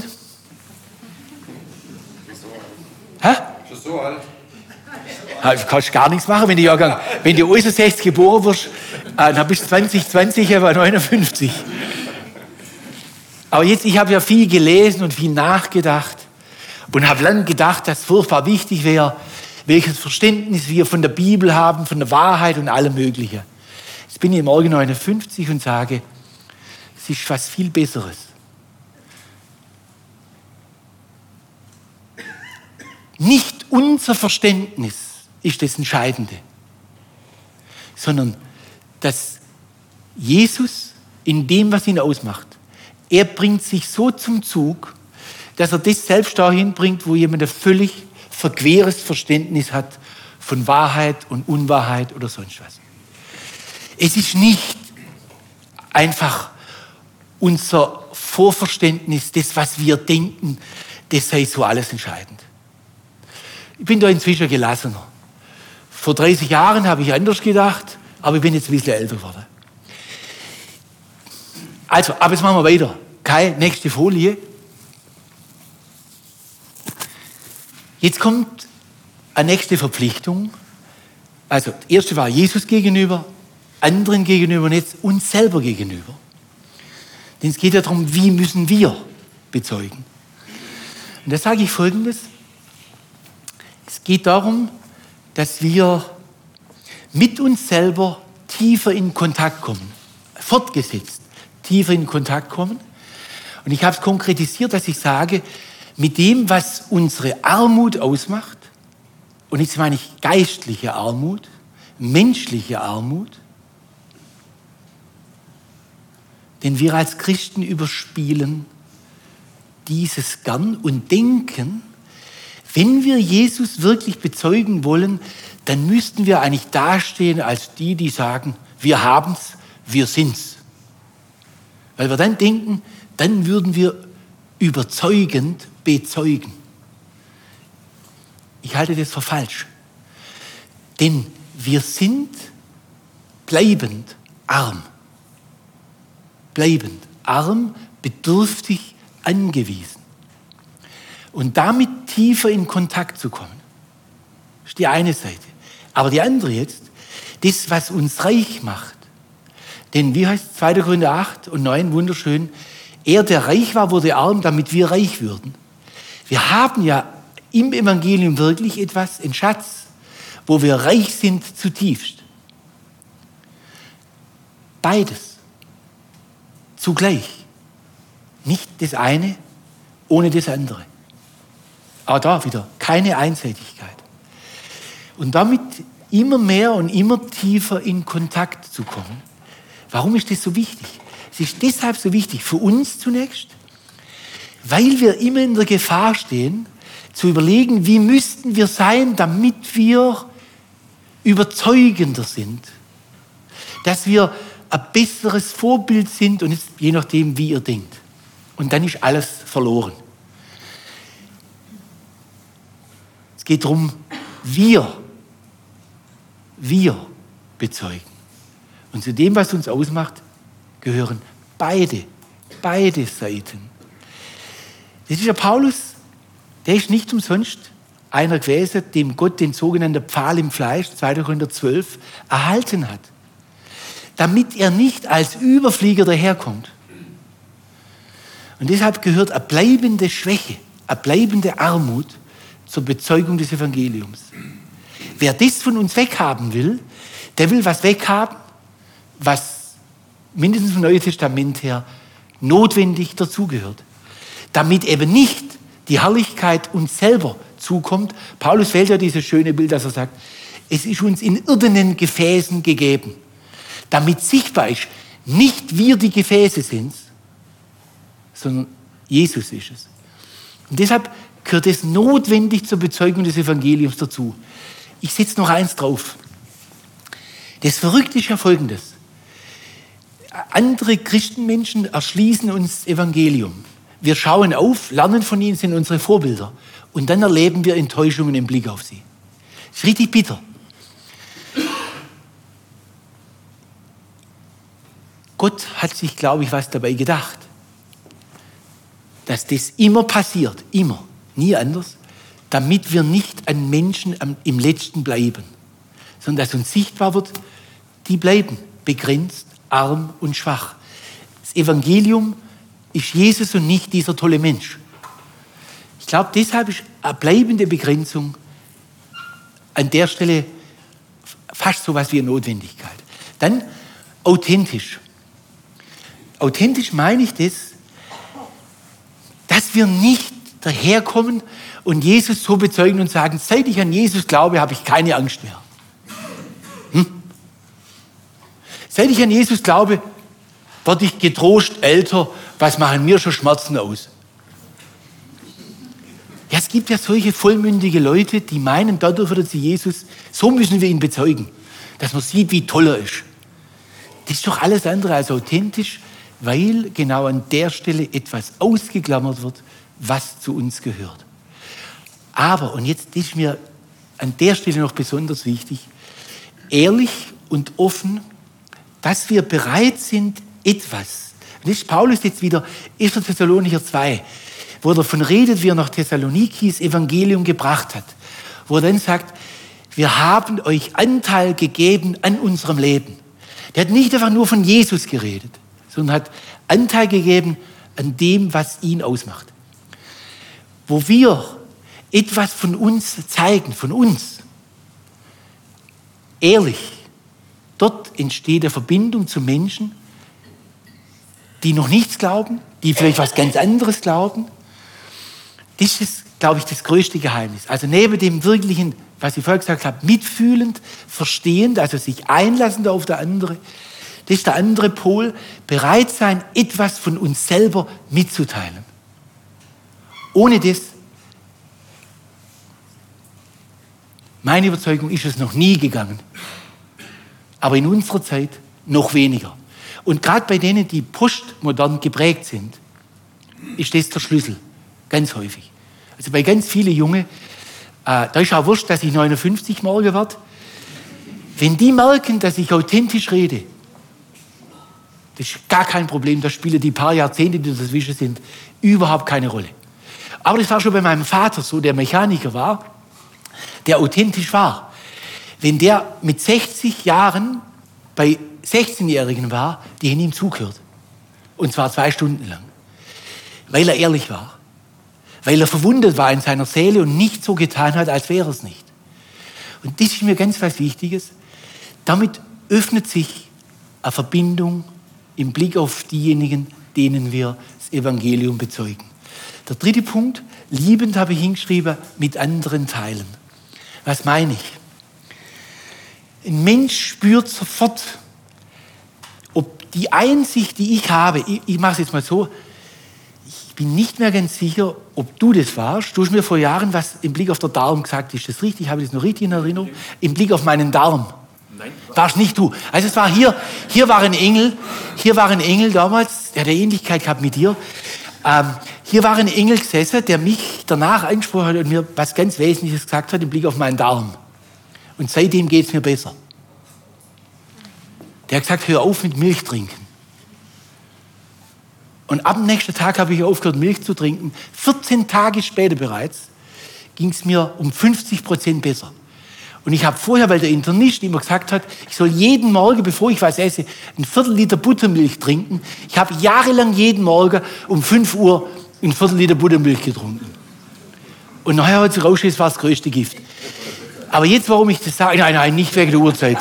Hä? Schon so alt? Du kannst gar nichts machen, wenn du 60 geboren wirst, dann bist du 2020, aber 59. Aber jetzt, ich habe ja viel gelesen und viel nachgedacht und habe lange gedacht, dass es furchtbar wichtig wäre, welches Verständnis wir von der Bibel haben, von der Wahrheit und allem Möglichen. Jetzt bin ich morgen 59 und sage, es ist was viel Besseres. Nicht unser Verständnis ist das Entscheidende, sondern dass Jesus in dem, was ihn ausmacht, er bringt sich so zum Zug, dass er das selbst dahin bringt, wo jemand ein völlig verqueres Verständnis hat von Wahrheit und Unwahrheit oder sonst was. Es ist nicht einfach unser Vorverständnis, das, was wir denken, das sei so alles entscheidend. Ich bin da inzwischen gelassener. Vor 30 Jahren habe ich anders gedacht, aber ich bin jetzt ein bisschen älter geworden. Also, aber jetzt machen wir weiter. Kai, nächste Folie. Jetzt kommt eine nächste Verpflichtung. Also, die erste war Jesus gegenüber, anderen gegenüber und jetzt uns selber gegenüber. Denn es geht ja darum, wie müssen wir bezeugen. Und da sage ich Folgendes. Es geht darum, dass wir mit uns selber tiefer in Kontakt kommen. Fortgesetzt, tiefer in Kontakt kommen. Und ich habe es konkretisiert, dass ich sage, mit dem, was unsere Armut ausmacht, und jetzt meine ich geistliche Armut, menschliche Armut, denn wir als Christen überspielen dieses gern und denken, wenn wir Jesus wirklich bezeugen wollen, dann müssten wir eigentlich dastehen als die sagen, wir haben's, wir sind's. Weil wir dann denken, dann würden wir überzeugend bezeugen. Ich halte das für falsch. Denn wir sind bleibend arm. Bleibend arm, bedürftig, angewiesen. Und damit tiefer in Kontakt zu kommen, ist die eine Seite. Aber die andere jetzt, das, was uns reich macht. Denn wie heißt es, 2. Korinther 8 und 9, wunderschön, er, der reich war, wurde arm, damit wir reich würden. Wir haben ja im Evangelium wirklich etwas, einen Schatz, wo wir reich sind zutiefst. Beides. Zugleich. Nicht das eine ohne das andere. Aber da wieder keine Einseitigkeit. Und damit immer mehr und immer tiefer in Kontakt zu kommen. Warum ist das so wichtig? Es ist deshalb so wichtig für uns zunächst, weil wir immer in der Gefahr stehen, zu überlegen, wie müssten wir sein, damit wir überzeugender sind. Dass wir ein besseres Vorbild sind und jetzt je nachdem, wie ihr denkt. Und dann ist alles verloren. Es geht darum, wir bezeugen. Und zu dem, was uns ausmacht, gehören beide Seiten. Das ist ja Paulus, der ist nicht umsonst einer gewesen, dem Gott den sogenannten Pfahl im Fleisch, 2. Korinther 12, erhalten hat. Damit er nicht als Überflieger daherkommt. Und deshalb gehört eine bleibende Schwäche, eine bleibende Armut zur Bezeugung des Evangeliums. Wer das von uns weghaben will, der will was weghaben, was mindestens vom Neuen Testament her notwendig dazugehört. Damit eben nicht die Herrlichkeit uns selber zukommt. Paulus wählt ja dieses schöne Bild, dass er sagt, es ist uns in irdenen Gefäßen gegeben. Damit sichtbar ist, nicht wir die Gefäße sind, sondern Jesus ist es. Und deshalb gehört es notwendig zur Bezeugung des Evangeliums dazu. Ich setze noch eins drauf. Das Verrückte ist ja Folgendes. Andere Christenmenschen erschließen uns das Evangelium. Wir schauen auf, lernen von ihnen, sind unsere Vorbilder. Und dann erleben wir Enttäuschungen im Blick auf sie. Das ist richtig bitter. Gott hat sich, glaube ich, was dabei gedacht. Dass das immer passiert, immer, nie anders, damit wir nicht an Menschen im Letzten bleiben, sondern dass uns sichtbar wird, die bleiben begrenzt, arm und schwach. Das Evangelium ist Jesus und nicht dieser tolle Mensch. Ich glaube, deshalb ist eine bleibende Begrenzung an der Stelle fast so etwas wie eine Notwendigkeit. Dann authentisch. Authentisch meine ich das, dass wir nicht daherkommen und Jesus so bezeugen und sagen, seit ich an Jesus glaube, habe ich keine Angst mehr. Seit ich an Jesus glaube, werde ich getrost älter, was machen mir schon Schmerzen aus? Ja, es gibt ja solche vollmündige Leute, die meinen, dadurch wird sie Jesus, so müssen wir ihn bezeugen, dass man sieht, wie toll er ist. Das ist doch alles andere als authentisch, weil genau an der Stelle etwas ausgeklammert wird, was zu uns gehört. Aber, und jetzt ist mir an der Stelle noch besonders wichtig, ehrlich und offen, dass wir bereit sind, etwas. Und das ist Paulus jetzt wieder, 1. Thessalonicher 2, wo er davon redet, wie er nach Thessaloniki das Evangelium gebracht hat. Wo er dann sagt, wir haben euch Anteil gegeben an unserem Leben. Der hat nicht einfach nur von Jesus geredet, sondern hat Anteil gegeben an dem, was ihn ausmacht. Wo wir etwas von uns zeigen, von uns, ehrlich, dort entsteht eine Verbindung zu Menschen, die noch nichts glauben, die vielleicht was ganz anderes glauben. Das ist, glaube ich, das größte Geheimnis. Also neben dem wirklichen, was ich vorher gesagt habe, mitfühlend, verstehend, also sich einlassend auf der andere, das ist der andere Pol, bereit sein, etwas von uns selber mitzuteilen. Ohne das, meine Überzeugung, ist es noch nie gegangen. Aber in unserer Zeit noch weniger. Und gerade bei denen, die postmodern geprägt sind, ist das der Schlüssel. Ganz häufig. Also bei ganz vielen Jungen, da ist auch wurscht, dass ich 59 morgen werde. Wenn die merken, dass ich authentisch rede, das ist gar kein Problem. Da spielen die paar Jahrzehnte, die dazwischen sind, überhaupt keine Rolle. Aber das war schon bei meinem Vater so, der Mechaniker war, der authentisch war. Wenn der mit 60 Jahren bei 16-Jährigen war, die haben ihm zugehört. Und zwar 2 Stunden lang. Weil er ehrlich war. Weil er verwundet war in seiner Seele und nicht so getan hat, als wäre es nicht. Und das ist mir ganz was Wichtiges. Damit öffnet sich eine Verbindung im Blick auf diejenigen, denen wir das Evangelium bezeugen. Der 3. Punkt, liebend habe ich hingeschrieben, mit anderen teilen. Was meine ich? Ein Mensch spürt sofort, ob die Einsicht, die ich habe, ich mache es jetzt mal so, ich bin nicht mehr ganz sicher, ob du das warst. Du hast mir vor Jahren was im Blick auf den Darm gesagt. Ist das richtig? Habe ich das noch richtig in Erinnerung? Im Blick auf meinen Darm. Nein. Warst nicht du. Also es war hier war ein Engel damals, der hat eine Ähnlichkeit gehabt mit dir. Hier war ein Engel gesessen, der mich danach angesprochen hat und mir was ganz Wesentliches gesagt hat im Blick auf meinen Darm. Und seitdem geht es mir besser. Der hat gesagt, hör auf mit Milch trinken. Und ab dem nächsten Tag habe ich aufgehört, Milch zu trinken. 14 Tage später bereits ging es mir um 50% besser. Und ich habe vorher, weil der Internist immer gesagt hat, ich soll jeden Morgen, bevor ich was esse, ein Viertel-Liter Buttermilch trinken. Ich habe jahrelang jeden Morgen um 5 Uhr ein Viertel-Liter Buttermilch getrunken. Und nachher hat sich rausgestellt, es war das größte Gift. Aber jetzt, warum ich das sage, nein, nicht wegen der Uhrzeit.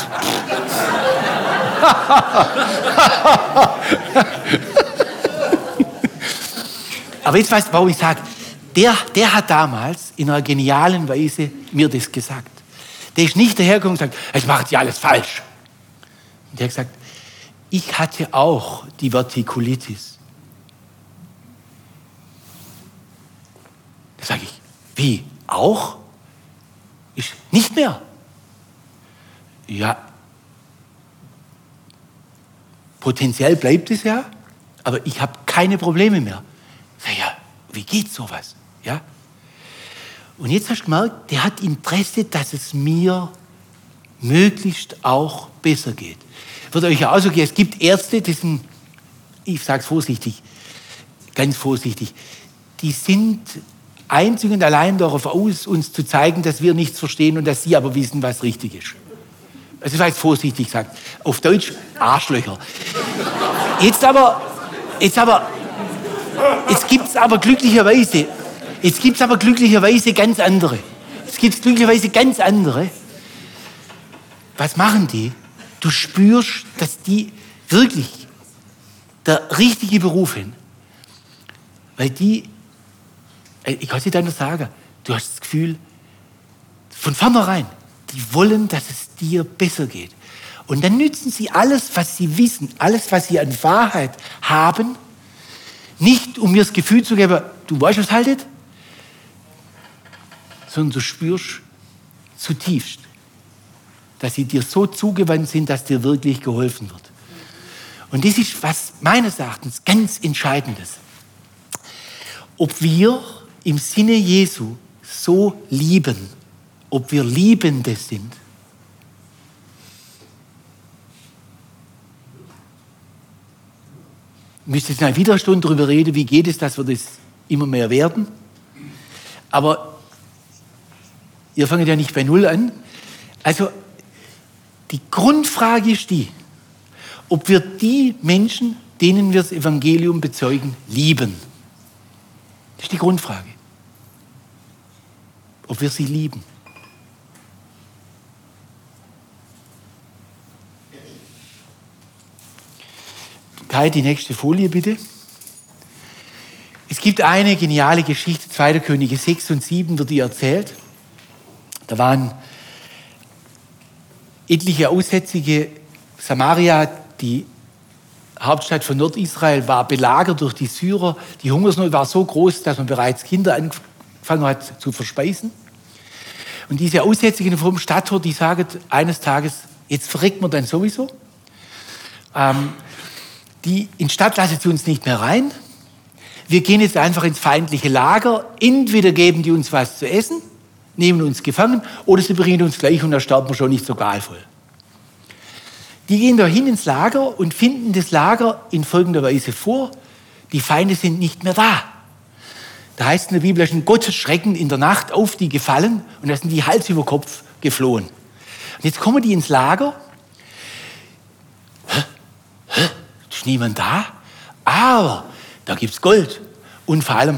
Aber jetzt weißt du, warum ich sage, der hat damals in einer genialen Weise mir das gesagt. Der ist nicht dahergekommen und gesagt, es macht ja alles falsch. Und der hat gesagt, ich hatte auch die Vertikulitis. Da sage ich, wie, auch? Ich, nicht mehr. Ja, potenziell bleibt es ja, aber ich habe keine Probleme mehr. Sag ja, wie geht sowas? Ja? Und jetzt hast du gemerkt, der hat Interesse, dass es mir möglichst auch besser geht. Wird euch ja auch so gehen, es gibt Ärzte, die sind, ich sage es vorsichtig, ganz vorsichtig, die sind einzig und allein darauf aus, uns zu zeigen, dass wir nichts verstehen und dass sie aber wissen, was richtig ist. Also das heißt vorsichtig gesagt. Auf Deutsch Arschlöcher. Jetzt gibt es aber glücklicherweise ganz andere. Was machen die? Du spürst, dass die wirklich der richtige Beruf haben. Weil die, ich kann es nicht anders sagen, du hast das Gefühl, von vornherein, die wollen, dass es dir besser geht. Und dann nützen sie alles, was sie wissen, alles, was sie an Wahrheit haben, nicht um mir das Gefühl zu geben, du weißt, was haltet, sondern du spürst zutiefst, dass sie dir so zugewandt sind, dass dir wirklich geholfen wird. Und das ist was meines Erachtens ganz Entscheidendes. Ob wir im Sinne Jesu so lieben, ob wir Liebende sind. Ich müsste jetzt eine Widerstunde darüber reden, wie geht es, dass wir das immer mehr werden. Aber ihr fangt ja nicht bei Null an. Also die Grundfrage ist die, ob wir die Menschen, denen wir das Evangelium bezeugen, lieben. Das ist die Grundfrage. Ob wir sie lieben. Kai, die nächste Folie bitte. Es gibt eine geniale Geschichte, 2. Könige 6 und 7 wird die erzählt. Da waren etliche aussätzige Samaria, die Hauptstadt von Nordisrael, war belagert durch die Syrer. Die Hungersnot war so groß, dass man bereits Kinder angefangen hat zu verspeisen. Und diese Aussätzigen vom Stadttor, die sagen eines Tages, jetzt verreckt man dann sowieso. In die Stadt lassen sie uns nicht mehr rein. Wir gehen jetzt einfach ins feindliche Lager. Entweder geben die uns was zu essen, nehmen uns gefangen, oder sie bringen uns gleich und da sterben wir schon nicht so qualvoll. Die gehen da hin ins Lager und finden das Lager in folgender Weise vor. Die Feinde sind nicht mehr da. Da heißt in der Bibel, da ist ein Gottesschrecken in der Nacht auf die gefallen und da sind die Hals über Kopf geflohen. Und jetzt kommen die ins Lager. Ist niemand da? Aber da gibt's Gold. Und vor allem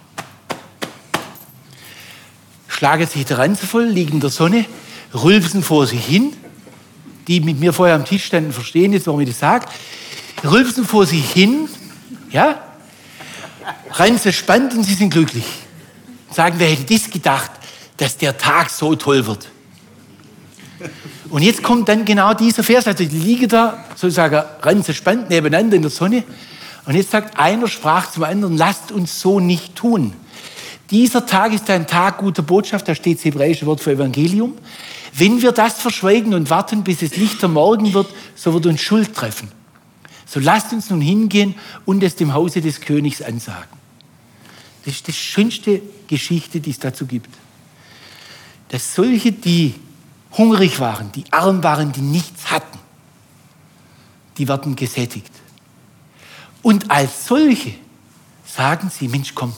schlagen sich die Ranzen voll, liegen in der Sonne, rülpsen vor sich hin. Die mit mir vorher am Tisch standen, verstehen jetzt, warum ich das sage. Rülpsen vor sich hin, ja, Ranzen spannt und sie sind glücklich. Sagen, wer hätte das gedacht, dass der Tag so toll wird. Und jetzt kommt dann genau dieser Vers, also die liegen da, sozusagen Ranzen spannt nebeneinander in der Sonne. Und jetzt sagt einer, sprach zum anderen, lasst uns so nicht tun. Dieser Tag ist ein Tag guter Botschaft, da steht das hebräische Wort für Evangelium. Wenn wir das verschweigen und warten, bis es lichter Morgen wird, so wird uns Schuld treffen. So lasst uns nun hingehen und es dem Hause des Königs ansagen. Das ist die schönste Geschichte, die es dazu gibt. Dass solche, die hungrig waren, die arm waren, die nichts hatten, die werden gesättigt. Und als solche sagen sie, Mensch, komm,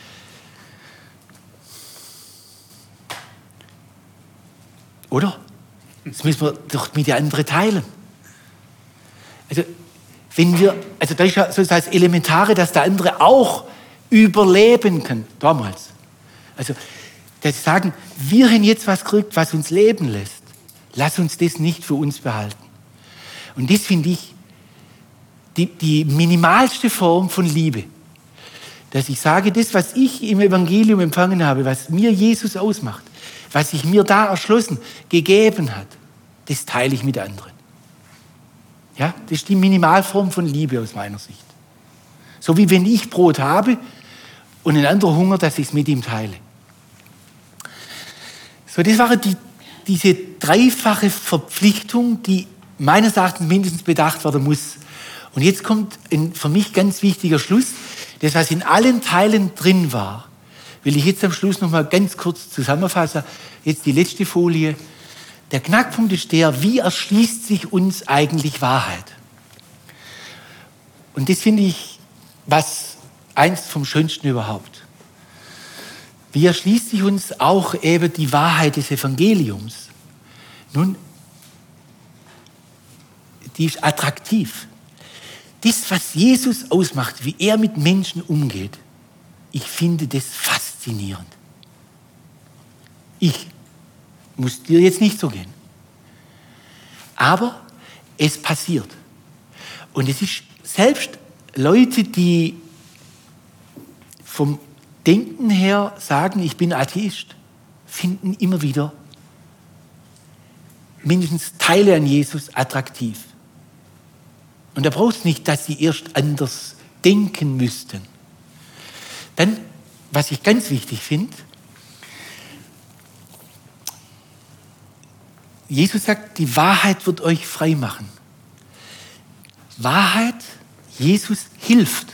oder? Das müssen wir doch mit den anderen teilen. Also da ist ja so das Elementare, dass der andere auch überleben kann, damals. Also, dass sie sagen, wir haben jetzt was gekriegt, was uns leben lässt. Lass uns das nicht für uns behalten. Und das finde ich die minimalste Form von Liebe. Dass ich sage, das, was ich im Evangelium empfangen habe, was mir Jesus ausmacht, was sich mir da erschlossen, gegeben hat, das teile ich mit anderen. Ja, das ist die Minimalform von Liebe aus meiner Sicht. So wie wenn ich Brot habe und ein anderer Hunger, dass ich es mit ihm teile. So, das war diese dreifache Verpflichtung, die meines Erachtens mindestens bedacht werden muss. Und jetzt kommt ein für mich ganz wichtiger Schluss. Das, was in allen Teilen drin war, will ich jetzt am Schluss noch mal ganz kurz zusammenfassen. Jetzt die letzte Folie. Der Knackpunkt ist der, wie erschließt sich uns eigentlich Wahrheit? Und das finde ich eins vom Schönsten überhaupt. Wie erschließt sich uns auch eben die Wahrheit des Evangeliums? Nun, die ist attraktiv. Das, was Jesus ausmacht, wie er mit Menschen umgeht, ich finde das faszinierend. Ich muss dir jetzt nicht so gehen. Aber es passiert. Und es ist selbst Leute, die vom Denken her sagen, ich bin Atheist, finden immer wieder mindestens Teile an Jesus attraktiv. Und da braucht es nicht, dass sie erst anders denken müssten. Dann, was ich ganz wichtig finde, Jesus sagt, die Wahrheit wird euch frei machen. Wahrheit, Jesus hilft.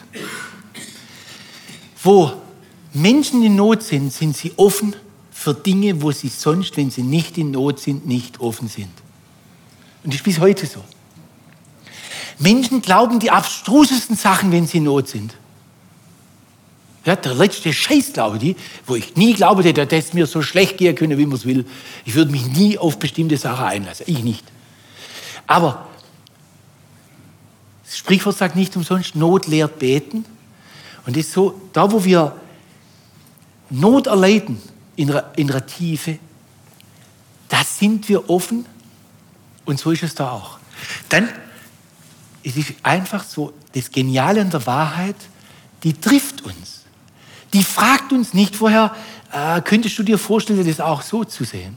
Wo Menschen in Not sind, sind sie offen für Dinge, wo sie sonst, wenn sie nicht in Not sind, nicht offen sind. Und das ist bis heute so. Menschen glauben die abstrusesten Sachen, wenn sie in Not sind. Ja, der letzte Scheiß, glaube ich, wo ich nie glaube, dass es mir so schlecht gehen können, wie man es will. Ich würde mich nie auf bestimmte Sachen einlassen. Ich nicht. Aber das Sprichwort sagt nicht umsonst, Not lehrt beten. Und das ist so, da wo wir Not erleiden in einer Tiefe, da sind wir offen und so ist es da auch. Dann es ist einfach so, das Geniale an der Wahrheit, die trifft uns. Die fragt uns nicht vorher, könntest du dir vorstellen, das auch so zu sehen?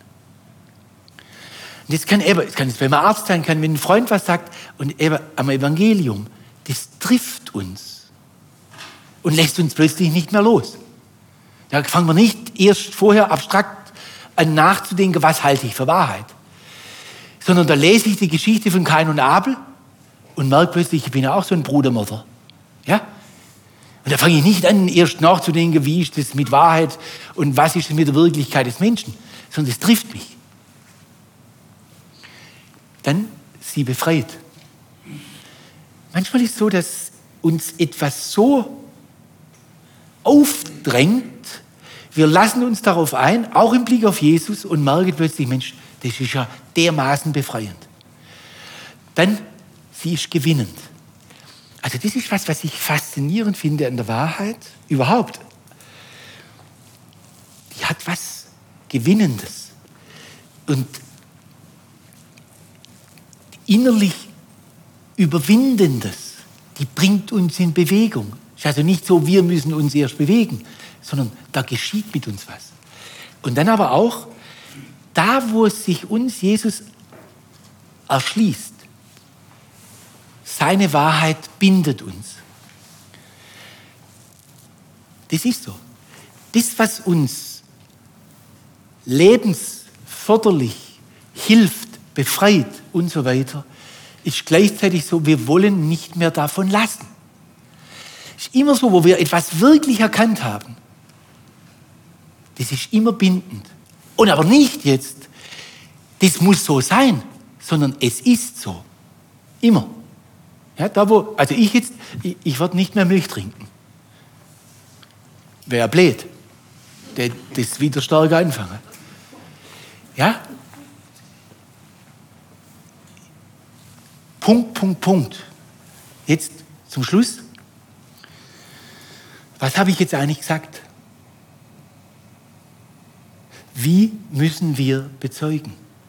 Und das kann jetzt beim Arzt sein, kann, wenn ein Freund was sagt, und eben am Evangelium, das trifft uns und lässt uns plötzlich nicht mehr los. Da fangen wir nicht erst vorher abstrakt an nachzudenken, was halte ich für Wahrheit, sondern da lese ich die Geschichte von Kain und Abel und merke plötzlich, ich bin ja auch so ein Brudermörder. Ja? Und da fange ich nicht an, erst nachzudenken, wie ist das mit Wahrheit und was ist das mit der Wirklichkeit des Menschen, sondern es trifft mich. Dann sie befreit. Manchmal ist es so, dass uns etwas so aufdrängt, wir lassen uns darauf ein, auch im Blick auf Jesus, und merken plötzlich, Mensch, das ist ja dermaßen befreiend. Dann, sie ist gewinnend. Also das ist was ich faszinierend finde an der Wahrheit überhaupt. Die hat was Gewinnendes und innerlich Überwindendes. Die bringt uns in Bewegung. Es ist also nicht so, wir müssen uns erst bewegen, sondern da geschieht mit uns was. Und dann aber auch, da wo sich uns Jesus erschließt, seine Wahrheit bindet uns. Das ist so. Das, was uns lebensförderlich hilft, befreit und so weiter, ist gleichzeitig so, wir wollen nicht mehr davon lassen. Es ist immer so, wo wir etwas wirklich erkannt haben. Das ist immer bindend. Und aber nicht jetzt, das muss so sein, sondern es ist so. Immer. Ja, da wo, also ich werde nicht mehr Milch trinken. Wäre blöd. Das wieder stärker anfangen. Ja? Punkt. Jetzt zum Schluss. Was habe ich jetzt eigentlich gesagt? Wie müssen wir bezeugen?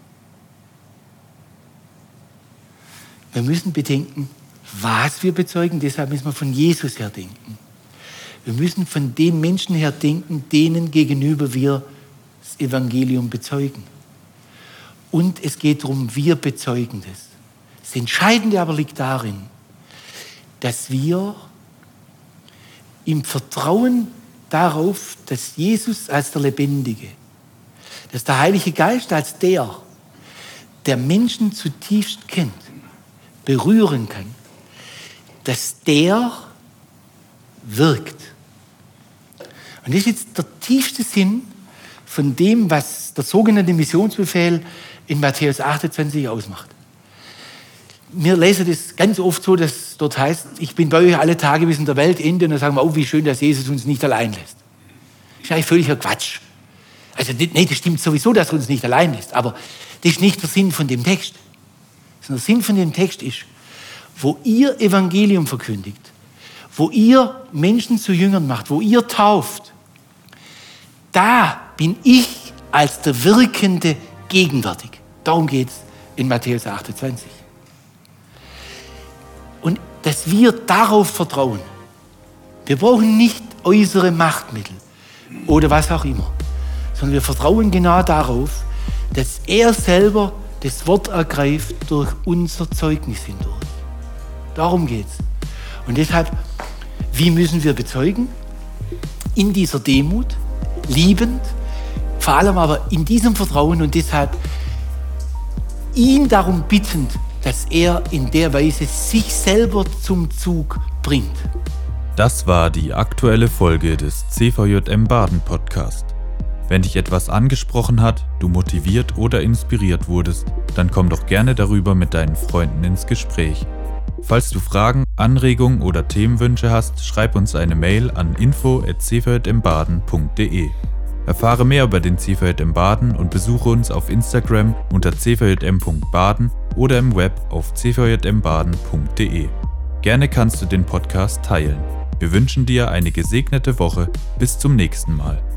Wir müssen bedenken, was wir bezeugen, deshalb müssen wir von Jesus her denken. Wir müssen von den Menschen her denken, denen gegenüber wir das Evangelium bezeugen. Und es geht darum, wir bezeugen das. Das Entscheidende aber liegt darin, dass wir im Vertrauen darauf, dass Jesus als der Lebendige, dass der Heilige Geist als der Menschen zutiefst kennt, berühren kann, dass der wirkt. Und das ist jetzt der tiefste Sinn von dem, was der sogenannte Missionsbefehl in Matthäus 28 ausmacht. Wir lesen das ganz oft so, dass dort heißt, ich bin bei euch alle Tage bis in der Weltende, und dann sagen wir, oh, wie schön, dass Jesus uns nicht allein lässt. Das ist eigentlich völliger Quatsch. Also, nee, das stimmt sowieso, dass er uns nicht allein lässt, aber das ist nicht der Sinn von dem Text. Der Sinn von dem Text ist, wo ihr Evangelium verkündigt, wo ihr Menschen zu Jüngern macht, wo ihr tauft, da bin ich als der Wirkende gegenwärtig. Darum geht es in Matthäus 28. Und dass wir darauf vertrauen. Wir brauchen nicht äußere Machtmittel oder was auch immer, sondern wir vertrauen genau darauf, dass er selber das Wort ergreift durch unser Zeugnis hindurch. Darum geht es. Und deshalb, wie müssen wir bezeugen? In dieser Demut, liebend, vor allem aber in diesem Vertrauen und deshalb ihn darum bittend, dass er in der Weise sich selber zum Zug bringt. Das war die aktuelle Folge des CVJM Baden Podcast. Wenn dich etwas angesprochen hat, du motiviert oder inspiriert wurdest, dann komm doch gerne darüber mit deinen Freunden ins Gespräch. Falls du Fragen, Anregungen oder Themenwünsche hast, schreib uns eine Mail an info@cvjmbaden.de. Erfahre mehr über den CVJM Baden und besuche uns auf Instagram unter cvjm.baden oder im Web auf cvjmbaden.de. Gerne kannst du den Podcast teilen. Wir wünschen dir eine gesegnete Woche. Bis zum nächsten Mal.